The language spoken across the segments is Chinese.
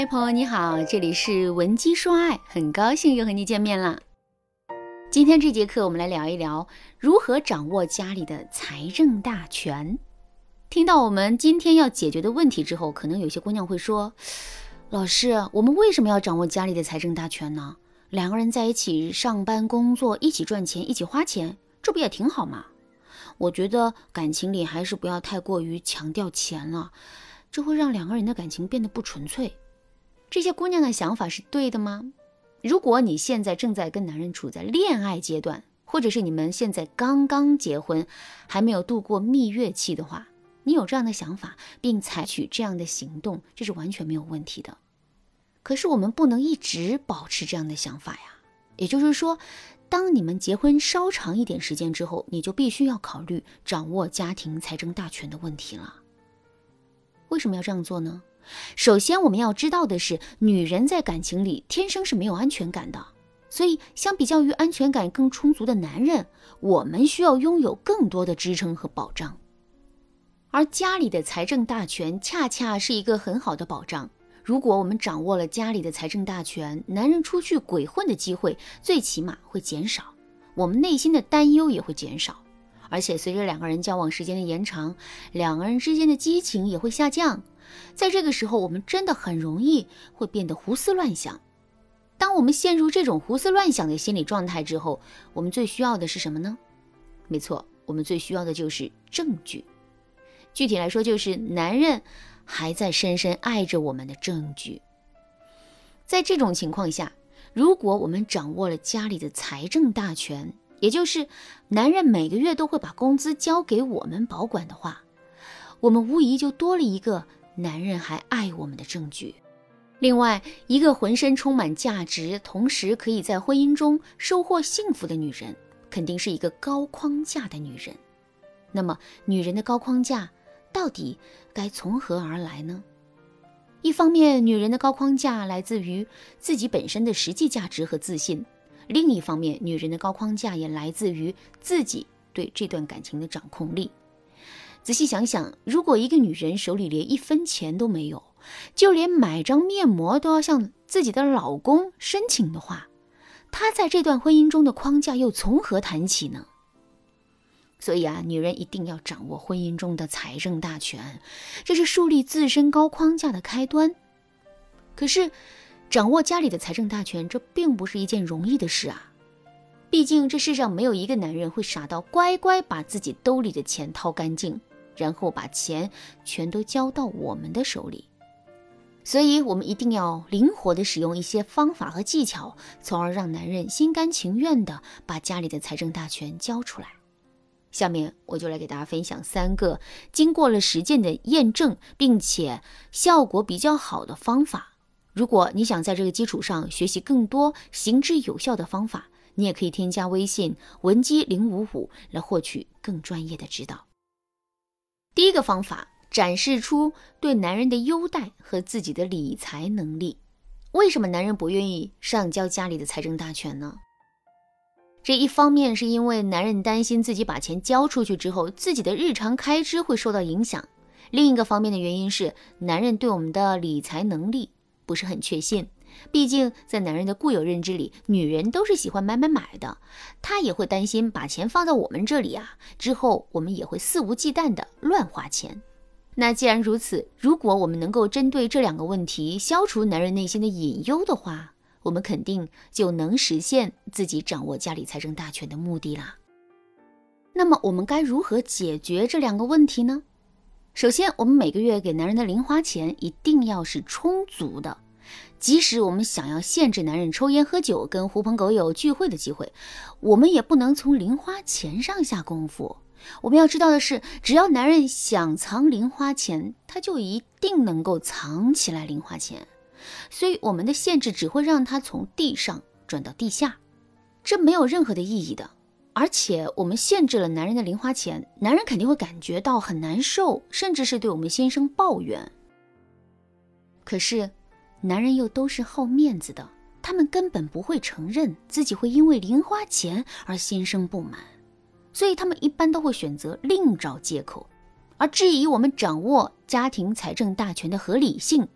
嗨，朋友你好，这里是文姬说爱，很高兴又和你见面了。今天这节课我们来聊一聊如何掌握家里的财政大权。听到我们今天要解决的问题之后，可能有些姑娘会说，老师，我们为什么要掌握家里的财政大权呢？两个人在一起上班工作，一起赚钱，一起花钱，这不也挺好吗？我觉得感情里还是不要太过于强调钱了，这会让两个人的感情变得不纯粹。这些姑娘的想法是对的吗？如果你现在正在跟男人处在恋爱阶段，或者是你们现在刚刚结婚，还没有度过蜜月期的话，你有这样的想法并采取这样的行动，这是完全没有问题的。可是我们不能一直保持这样的想法呀。也就是说，当你们结婚稍长一点时间之后，你就必须要考虑掌握家庭财政大权的问题了。为什么要这样做呢？首先我们要知道的是，女人在感情里天生是没有安全感的，所以相比较于安全感更充足的男人，我们需要拥有更多的支撑和保障。而家里的财政大权恰恰是一个很好的保障。如果我们掌握了家里的财政大权，男人出去鬼混的机会最起码会减少，我们内心的担忧也会减少。而且随着两个人交往时间的延长，两个人之间的激情也会下降。在这个时候，我们真的很容易会变得胡思乱想。当我们陷入这种胡思乱想的心理状态之后，我们最需要的是什么呢？没错，我们最需要的就是证据。具体来说，就是男人还在深深爱着我们的证据。在这种情况下，如果我们掌握了家里的财政大权，也就是男人每个月都会把工资交给我们保管的话，我们无疑就多了一个男人还爱我们的证据。另外，一个浑身充满价值，同时可以在婚姻中收获幸福的女人，肯定是一个高框架的女人。那么，女人的高框架到底该从何而来呢？一方面，女人的高框架来自于自己本身的实际价值和自信；另一方面，女人的高框架也来自于自己对这段感情的掌控力。仔细想想，如果一个女人手里连1分钱都没有，就连买张面膜都要向自己的老公申请的话，她在这段婚姻中的框架又从何谈起呢？所以女人一定要掌握婚姻中的财政大权，这是树立自身高框架的开端。可是，掌握家里的财政大权，这并不是一件容易的事啊。毕竟这世上没有一个男人会傻到乖乖把自己兜里的钱掏干净，然后把钱全都交到我们的手里。所以我们一定要灵活地使用一些方法和技巧，从而让男人心甘情愿地把家里的财政大权交出来。下面我就来给大家分享3个经过了实践的验证，并且效果比较好的方法。如果你想在这个基础上学习更多行之有效的方法，你也可以添加微信文姬055来获取更专业的指导。第一个方法，展示出对男人的优待和自己的理财能力。为什么男人不愿意上交家里的财政大权呢？这一方面是因为男人担心自己把钱交出去之后，自己的日常开支会受到影响。另一个方面的原因是，男人对我们的理财能力不是很确信。毕竟在男人的固有认知里，女人都是喜欢买的，他也会担心把钱放到我们这里之后我们也会肆无忌惮的乱花钱。那既然如此，如果我们能够针对这2个问题消除男人内心的隐忧的话，我们肯定就能实现自己掌握家里财政大权的目的啦。那么我们该如何解决这2个问题呢？首先，我们每个月给男人的零花钱一定要是充足的。即使我们想要限制男人抽烟喝酒跟狐朋狗友聚会的机会，我们也不能从零花钱上下功夫。我们要知道的是，只要男人想藏零花钱，他就一定能够藏起来零花钱。所以我们的限制只会让他从地上转到地下，这没有任何的意义的。而且我们限制了男人的零花钱，男人肯定会感觉到很难受，甚至是对我们心生抱怨。可是男人又都是好面子的，他们根本不会承认自己会因为零花钱而心生不满，所以他们一般都会选择另找借口，而质疑我们掌握家庭财政大权的合理性，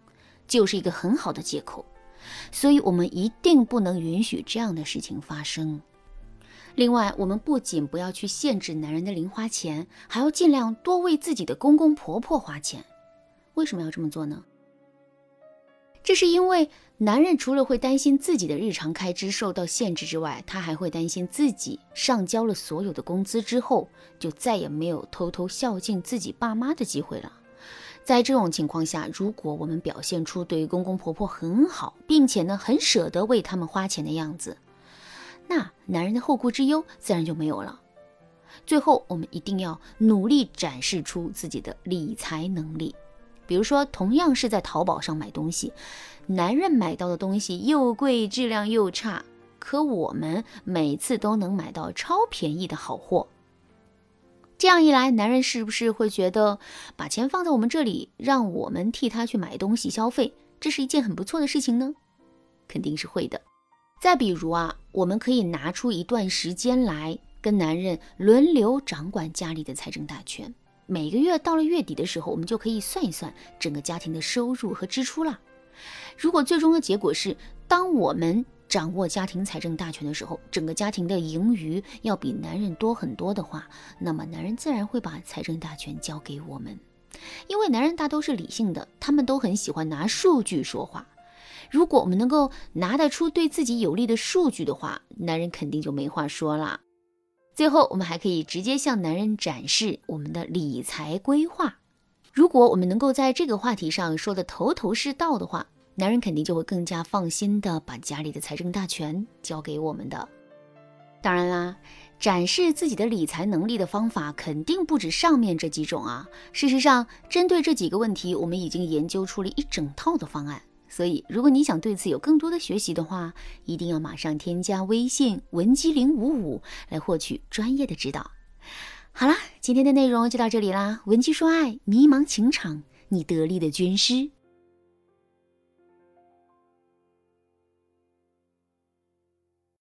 就是一个很好的借口。所以我们一定不能允许这样的事情发生。另外，我们不仅不要去限制男人的零花钱，还要尽量多为自己的公公婆婆花钱。为什么要这么做呢？这是因为男人除了会担心自己的日常开支受到限制之外，他还会担心自己上交了所有的工资之后，就再也没有偷偷孝敬自己爸妈的机会了。在这种情况下，如果我们表现出对公公婆婆很好，并且呢很舍得为他们花钱的样子，那男人的后顾之忧自然就没有了。最后，我们一定要努力展示出自己的理财能力。比如说，同样是在淘宝上买东西，男人买到的东西又贵，质量又差，可我们每次都能买到超便宜的好货。这样一来，男人是不是会觉得把钱放在我们这里，让我们替他去买东西消费，这是一件很不错的事情呢？肯定是会的。再比如我们可以拿出一段时间来跟男人轮流掌管家里的财政大权。每个月到了月底的时候，我们就可以算一算整个家庭的收入和支出了。如果最终的结果是，当我们掌握家庭财政大权的时候，整个家庭的盈余要比男人多很多的话，那么男人自然会把财政大权交给我们。因为男人大都是理性的，他们都很喜欢拿数据说话。如果我们能够拿得出对自己有利的数据的话，男人肯定就没话说了。最后，我们还可以直接向男人展示我们的理财规划。如果我们能够在这个话题上说得头头是道的话，男人肯定就会更加放心的把家里的财政大权交给我们的。当然啦，展示自己的理财能力的方法肯定不止上面这几种事实上，针对这几个问题，我们已经研究出了一整套的方案。所以如果你想对此有更多的学习的话，一定要马上添加微信文姬055来获取专业的指导。好啦，今天的内容就到这里啦。文姬说爱，迷茫情场，你得力的军师。